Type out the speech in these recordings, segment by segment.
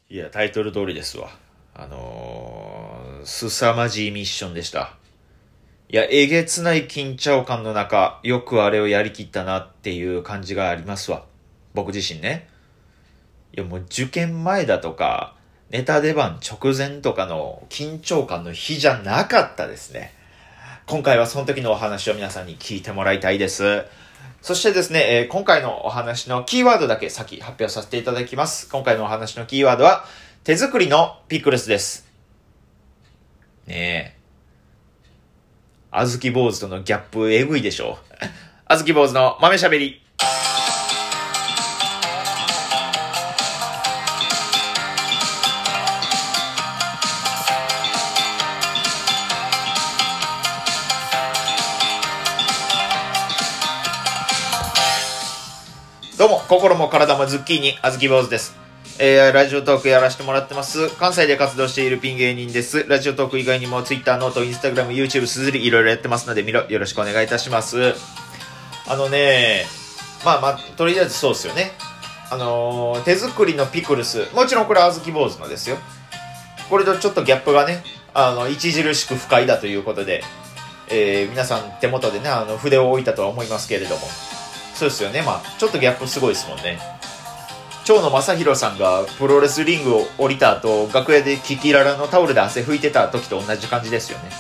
いや、タイトル通りですわ。凄まじいミッションでした。いや、えげつない緊張感の中、よくあれをやりきったなっていう感じがありますわ。僕自身ね。いや、もう受験前だとか、ネタ出番直前とかの緊張感の日じゃなかったですね。今回はその時のお話を皆さんに聞いてもらいたいです。そしてですね、今回のお話のキーワードだけ先発表させていただきます。今回のお話のキーワードは、手作りのピクルスです。ねえ。あずき坊主とのギャップえぐいでしょ。あずき坊主の豆しゃべり。どうも、心も体もズッキーニ、あずき坊主です。ラジオトークやらせてもらってます。関西で活動しているピン芸人です。ラジオトーク以外にも Twitter、ノート、Instagram、YouTube、すずりいろいろやってますのでよろしくお願いいたします。とりあえずそうですよね。手作りのピクルス。もちろんこれあずき坊主のですよ。これとちょっとギャップがね、著しく不快だということで、皆さん手元でね、筆を置いたとは思いますけれども。そうですよね。ちょっとギャップすごいですもんね。蝶野正宏さんがプロレスリングを降りた後、楽屋でキキララのタオルで汗拭いてた時と同じ感じですよね。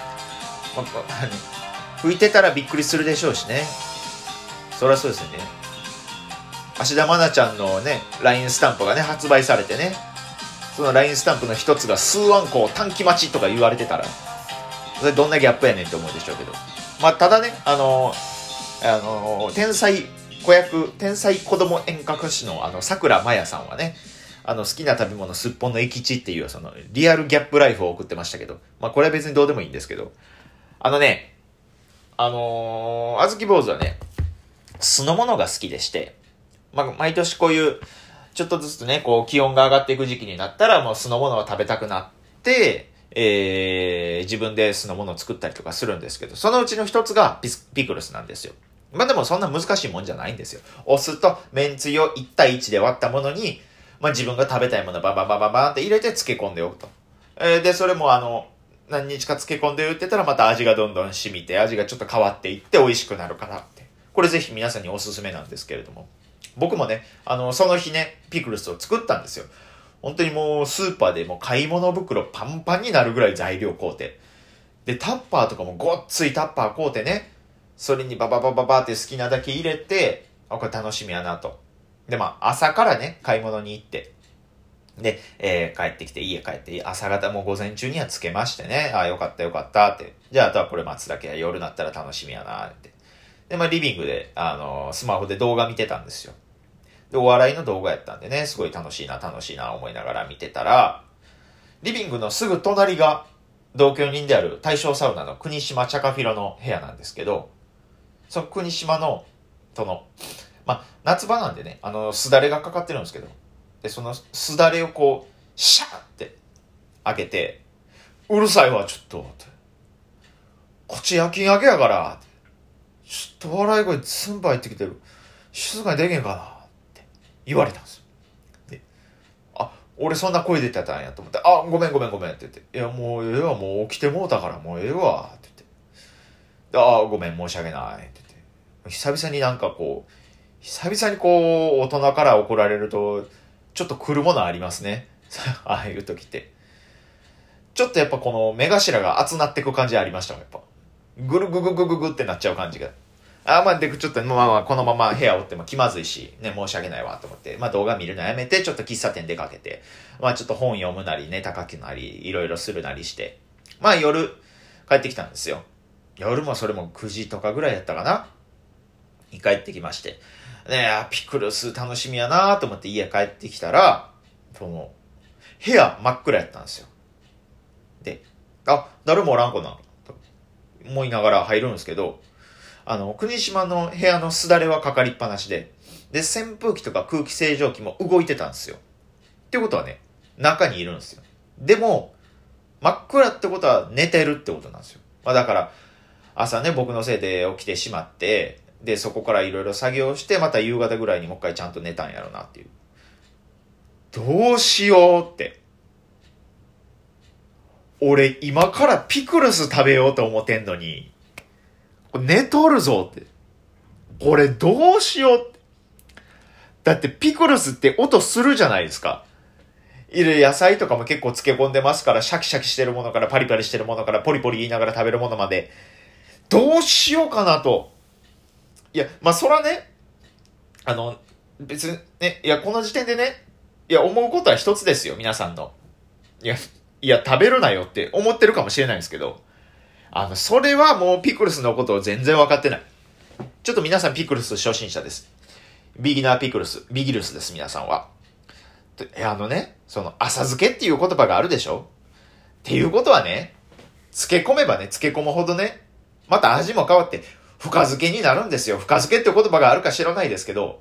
拭いてたらびっくりするでしょうしね。そりゃそうですよね。芦田愛菜ちゃんのね、LINE スタンプがね、発売されてね、その LINE スタンプの一つが数万個短期待ちとか言われてたら、それどんなギャップやねんって思うでしょうけど。ただね、天才子供演歌歌手の桜まやさんはね、好きな食べ物すっぽんの駅地っていうそのリアルギャップライフを送ってましたけど、これは別にどうでもいいんですけど、あずき坊主はね、酢の物が好きでして、毎年こういうちょっとずつね、こう気温が上がっていく時期になったらもう酢の物を食べたくなって、自分で酢の物を作ったりとかするんですけど、そのうちの一つがピクルスなんですよ。でもそんな難しいもんじゃないんですよ。お酢とめんつゆを1対1で割ったものに、自分が食べたいものをバンバンバンバンバンって入れて漬け込んでおくと。で、それも何日か漬け込んでおいてたらまた味がどんどん染みて、味がちょっと変わっていって美味しくなるからって。これぜひ皆さんにおすすめなんですけれども。僕もね、その日ね、ピクルスを作ったんですよ。本当にもうスーパーでもう買い物袋パンパンになるぐらい材料買うて。で、タッパーとかもごっついタッパー買うてね、それにバババババって好きなだけ入れて、これ楽しみやなと。で、朝からね、買い物に行って、で、帰ってきて、家帰って、朝方もう午前中にはつけましてね、よかったよかったって。じゃあ、あとはこれ待つだけや、夜になったら楽しみやなって。で、リビングで、スマホで動画見てたんですよ。で、お笑いの動画やったんでね、すごい楽しいな思いながら見てたら、リビングのすぐ隣が、同居人である大正サウナの国島チャカフィロの部屋なんですけど、その国島の、夏場なんでね、すだれがかかってるんですけど、で、そのすだれをこう、シャーって開けて、うるさいわ、ちょっと、こっち夜勤明けやから、ちょっと笑い声ツンパ入ってきてる。静かにできへんかなって言われたんですよ。で、俺そんな声出てたんやと思って、ごめんって言って、いや、もうええわ、もう起きてもうたから、もうええわ、って言って、ごめん、申し訳ない、って言って。久々に大人から怒られると、ちょっと来るものありますね。ああいう時って。ちょっとやっぱこの目頭が熱なってく感じありましたもん、やっぱ。ぐるぐぐぐぐぐってなっちゃう感じが。で、ちょっと、このまま部屋おっても気まずいし、ね、申し訳ないわ、と思って。動画見るのやめて、ちょっと喫茶店出かけて、ちょっと本読むなりね、高くなり、いろいろするなりして、夜、帰ってきたんですよ。夜もそれも9時とかぐらいやったかなに帰ってきまして。ねピクルス楽しみやなと思って家帰ってきたら、部屋真っ暗やったんですよ。で、誰もおらんこな、と思いながら入るんですけど、国島の部屋のすだれはかかりっぱなしで、で、扇風機とか空気清浄機も動いてたんですよ。ってことはね、中にいるんですよ。でも、真っ暗ってことは寝てるってことなんですよ。だから、朝ね、僕のせいで起きてしまって、で、そこからいろいろ作業して、また夕方ぐらいにもう一回ちゃんと寝たんやろなっていう。 どうしようって。俺今からピクルス食べようと思ってんのに、寝とるぞって。これどうしようって。だってピクルスって音するじゃないですか。野菜とかも結構漬け込んでますから、シャキシャキしてるものからパリパリしてるものからポリポリ言いながら食べるものまで、どうしようかなと。いや、まあ、そらね、別にね、いや、この時点でね、いや、思うことは一つですよ、皆さんの。いや、食べるなよって思ってるかもしれないんですけど、それはもうピクルスのことを全然分かってない。ちょっと皆さんピクルス初心者です。ビギナーピクルス、ビギルスです、皆さんは。その、浅漬けっていう言葉があるでしょっていうことはね、漬け込めばね、漬け込むほどね、また味も変わって、深漬けになるんですよ。深漬けって言葉があるか知らないですけど、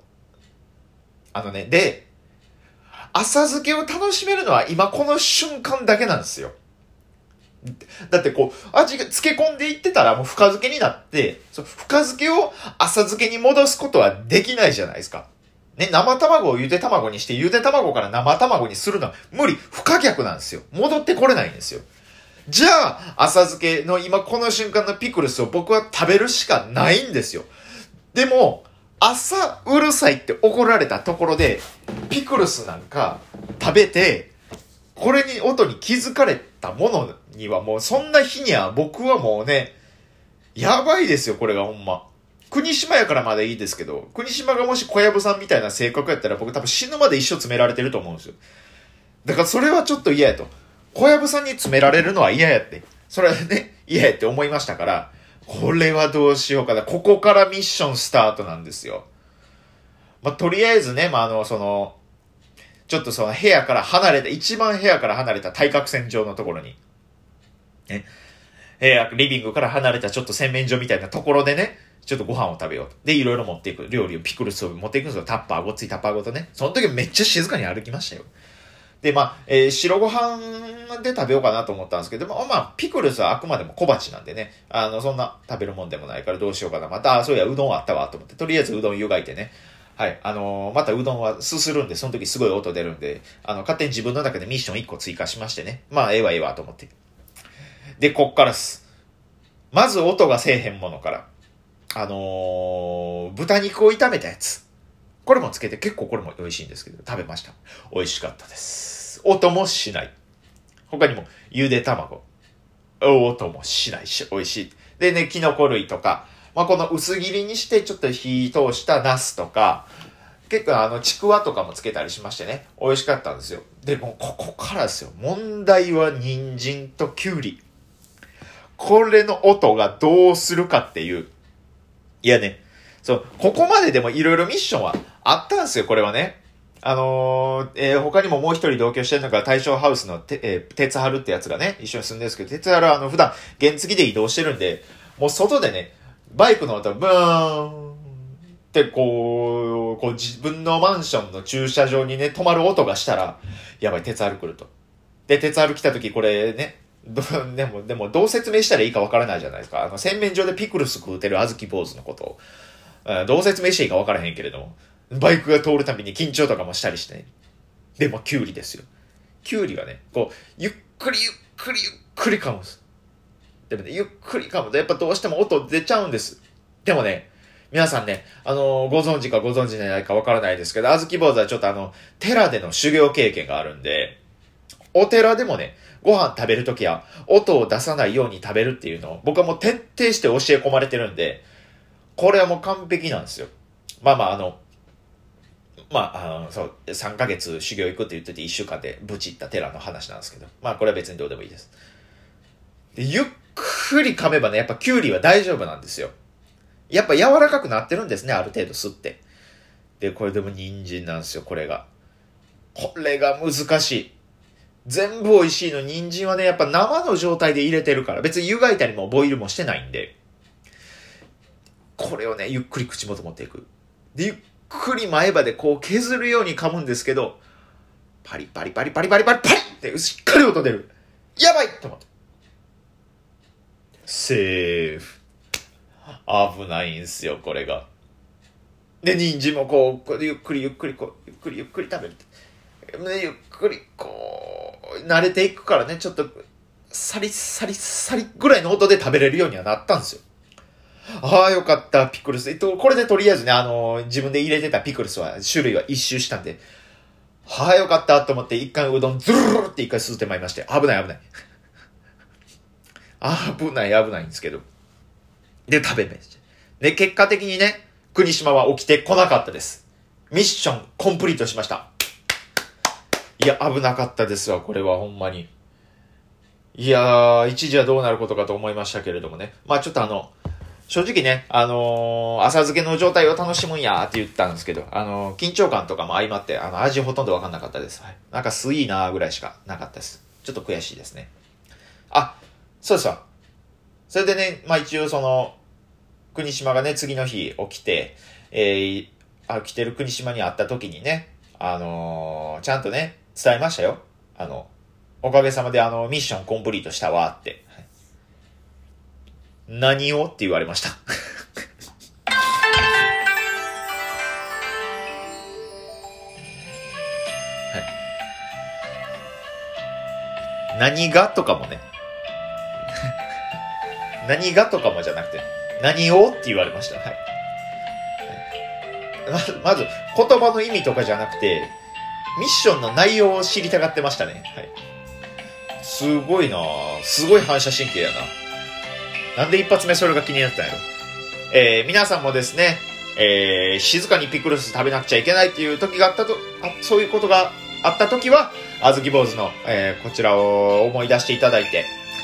で、浅漬けを楽しめるのは今この瞬間だけなんですよ。だってこう、味が漬け込んでいってたらもう深漬けになって、深漬けを浅漬けに戻すことはできないじゃないですか。ね、生卵をゆで卵にして、ゆで卵から生卵にするのは無理、不可逆なんですよ。戻ってこれないんですよ。じゃあ、浅漬けの今この瞬間のピクルスを僕は食べるしかないんですよ。でも、朝うるさいって怒られたところで、ピクルスなんか食べて、これに音に気づかれたものにはもうそんな日には僕はもうね、やばいですよ、これがほんま。国島やからまだいいですけど、国島がもし小籔さんみたいな性格やったら僕多分死ぬまで一生詰められてると思うんですよ。だからそれはちょっと嫌やと。小籔さんに詰められるのは嫌やって。それはね、嫌やって思いましたから、これはどうしようかな。ここからミッションスタートなんですよ。まあ、とりあえずね、ちょっとその部屋から離れた、一番部屋から離れた対角線上のところに、ね、リビングから離れたちょっと洗面所みたいなところでね、ちょっとご飯を食べようと。で、いろいろ持っていく。料理を、ピクルスを持っていくんですよ。タッパー、ごっついタッパーごとね。その時めっちゃ静かに歩きましたよ。で、白ご飯で食べようかなと思ったんですけど、ピクルスはあくまでも小鉢なんでね、そんな食べるもんでもないからどうしようかな。また、そういや、うどんあったわと思って、とりあえずうどん湯がいてね。はい、またうどんはすするんで、その時すごい音出るんで、勝手に自分の中でミッション1個追加しましてね。ええわと思って。で、こっからっす。まず音がせえへんものから。豚肉を炒めたやつ。これもつけて結構これも美味しいんですけど、食べました。美味しかったです。音もしない。他にも、ゆで卵。音もしないし、美味しい。でね、キノコ類とか、この薄切りにしてちょっと火通したナスとか、結構ちくわとかもつけたりしましてね、美味しかったんですよ。で、もうここからですよ。問題は人参ときゅうり。これの音がどうするかっていう。いやね、ここまででもいろいろミッションはあったんですよ、これはね。他にももう一人同居してるのが大正ハウスの鉄春ってやつがね、一緒に住んでるんですけど、鉄春は普段原付で移動してるんで、もう外でね、バイクの音ブーンってこう自分のマンションの駐車場にね、止まる音がしたら、やばい、鉄春来ると。で、鉄春来た時これね、でもどう説明したらいいかわからないじゃないですか。洗面所でピクルス食うてる小豆坊主のことを。どう説明していいかわからへんけれども。バイクが通るたびに緊張とかもしたりして、でも、キュウリですよ。キュウリはね、ゆっくり噛むんです。でもね、ゆっくり噛むと、やっぱどうしても音出ちゃうんです。でもね、皆さんね、ご存知かご存知ないかわからないですけど、小豆坊主はちょっと寺での修行経験があるんで、お寺でもね、ご飯食べるときは、音を出さないように食べるっていうのを、僕はもう徹底して教え込まれてるんで、これはもう完璧なんですよ。そう、3ヶ月修行行くって言ってて1週間でブチった寺の話なんですけど、これは別にどうでもいいです。で、ゆっくり噛めばね、やっぱキュウリは大丈夫なんですよ。やっぱ柔らかくなってるんですね、ある程度吸って。で、これでも人参なんですよ、これが。これが難しい。全部美味しいの。人参はね、やっぱ生の状態で入れてるから、別に湯がいたりもボイルもしてないんで、これをね、ゆっくり口元持っていく。で、ゆっくり前歯でこう削るように噛むんですけど、パリパリパリパリパリパリパリってしっかり音出る。やばいと思って。セーフ。危ないんすよ、これが。で、人参もゆっくり食べる。 ゆっくりこう、慣れていくからね、ちょっと、サリサリサリぐらいの音で食べれるようにはなったんですよ。ああ、よかった、ピクルス。これでとりあえずね、自分で入れてたピクルスは、種類は一周したんで、はあ、よかったと思って、一回うどんズルルルって一回すすってまいりまして、危ない危ない。危ないんですけど。で、食べました。で、結果的にね、国島は起きてこなかったです。ミッションコンプリートしました。いや、危なかったですわ、これはほんまに。いやー、一時はどうなることかと思いましたけれどもね。まあちょっと正直ね、浅漬けの状態を楽しむんやって言ったんですけど、緊張感とかも相まって、味ほとんどわかんなかったです。はい。なんかスイーなーぐらいしかなかったです。ちょっと悔しいですね。あ、そうですわ。それでね、まあ一応国島がね、次の日起きて、来てる国島に会った時にね、ちゃんとね、伝えましたよ。おかげさまでミッションコンプリートしたわって。何をって言われました。はい、何がとかもね。何がとかもじゃなくて、何をって言われました。はい。まず、言葉の意味とかじゃなくて、ミッションの内容を知りたがってましたね。はい。すごいなぁ。すごい反射神経やな。なんで一発目それが気になったんやろ。皆さんもですね、静かにピクルス食べなくちゃいけないっていう時があったと、そういうことがあった時は、あずき坊主の、こちらを思い出していただいて、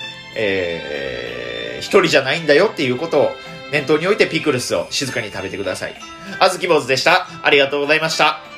一人じゃないんだよっていうことを念頭に置いてピクルスを静かに食べてください。あずき坊主でした。ありがとうございました。